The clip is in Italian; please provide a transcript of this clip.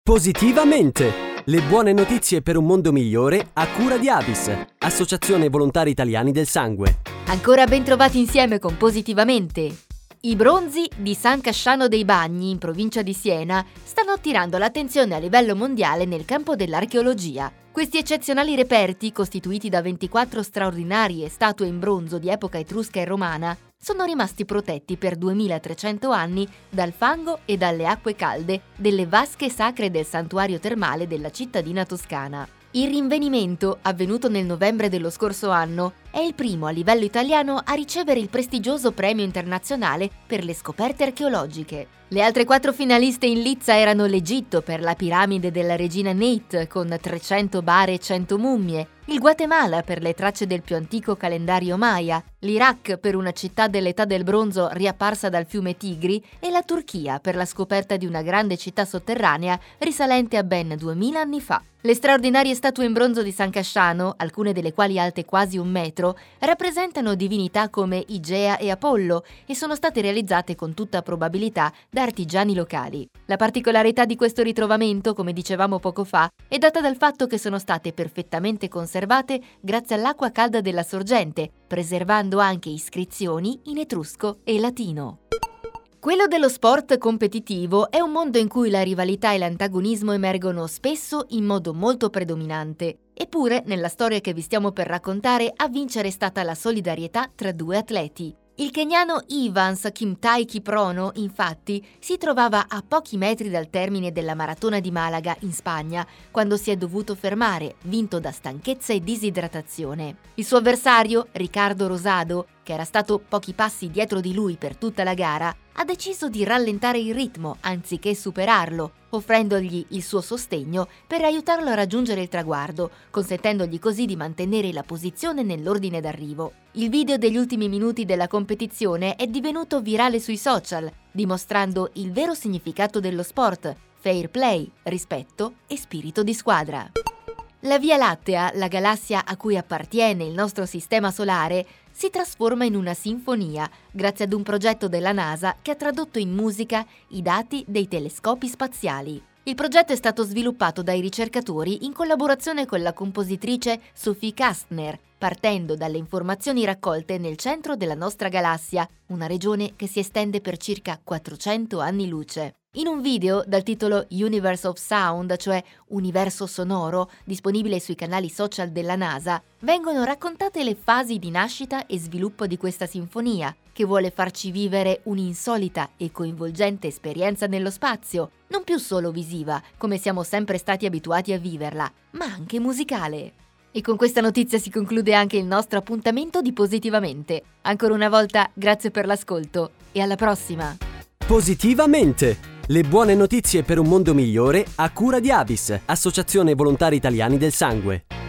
Positivamente! Le buone notizie per un mondo migliore a cura di Avis, Associazione Volontari Italiani del Sangue. Ancora ben trovati insieme con Positivamente. I bronzi di San Casciano dei Bagni, in provincia di Siena, stanno attirando l'attenzione a livello mondiale nel campo dell'archeologia. Questi eccezionali reperti, costituiti da 24 straordinarie statue in bronzo di epoca etrusca e romana, sono rimasti protetti per 2300 anni dal fango e dalle acque calde delle vasche sacre del santuario termale della cittadina toscana. Il rinvenimento, avvenuto nel novembre dello scorso anno, è il primo a livello italiano a ricevere il prestigioso premio internazionale per le scoperte archeologiche. Le altre 4 finaliste in lizza erano l'Egitto per la piramide della regina Neit con 300 bare e 100 mummie, il Guatemala per le tracce del più antico calendario Maya, l'Iraq per una città dell'età del bronzo riapparsa dal fiume Tigri e la Turchia per la scoperta di una grande città sotterranea risalente a ben 2000 anni fa. Le straordinarie statue in bronzo di San Casciano, alcune delle quali alte quasi 1 metro, rappresentano divinità come Igea e Apollo e sono state realizzate con tutta probabilità da artigiani locali. La particolarità di questo ritrovamento, come dicevamo poco fa, è data dal fatto che sono state perfettamente conservate grazie all'acqua calda della sorgente, preservando anche iscrizioni in etrusco e latino. Quello dello sport competitivo è un mondo in cui la rivalità e l'antagonismo emergono spesso in modo molto predominante. Eppure, nella storia che vi stiamo per raccontare, a vincere è stata la solidarietà tra 2 atleti. Il keniano Evans Kimtai Kiprono, infatti, si trovava a pochi metri dal termine della maratona di Malaga, in Spagna, quando si è dovuto fermare, vinto da stanchezza e disidratazione. Il suo avversario, Ricardo Rosado, che era stato pochi passi dietro di lui per tutta la gara, ha deciso di rallentare il ritmo anziché superarlo, offrendogli il suo sostegno per aiutarlo a raggiungere il traguardo, consentendogli così di mantenere la posizione nell'ordine d'arrivo. Il video degli ultimi minuti della competizione è divenuto virale sui social, dimostrando il vero significato dello sport: fair play, rispetto e spirito di squadra. La Via Lattea, la galassia a cui appartiene il nostro sistema solare, si trasforma in una sinfonia grazie ad un progetto della NASA che ha tradotto in musica i dati dei telescopi spaziali. Il progetto è stato sviluppato dai ricercatori in collaborazione con la compositrice Sophie Kastner, partendo dalle informazioni raccolte nel centro della nostra galassia, una regione che si estende per circa 400 anni luce. In un video dal titolo Universe of Sound, cioè Universo Sonoro, disponibile sui canali social della NASA, vengono raccontate le fasi di nascita e sviluppo di questa sinfonia, che vuole farci vivere un'insolita e coinvolgente esperienza nello spazio, non più solo visiva, come siamo sempre stati abituati a viverla, ma anche musicale. E con questa notizia si conclude anche il nostro appuntamento di Positivamente. Ancora una volta, grazie per l'ascolto e alla prossima! Positivamente! Le buone notizie per un mondo migliore a cura di Avis, Associazione Volontari Italiani del Sangue.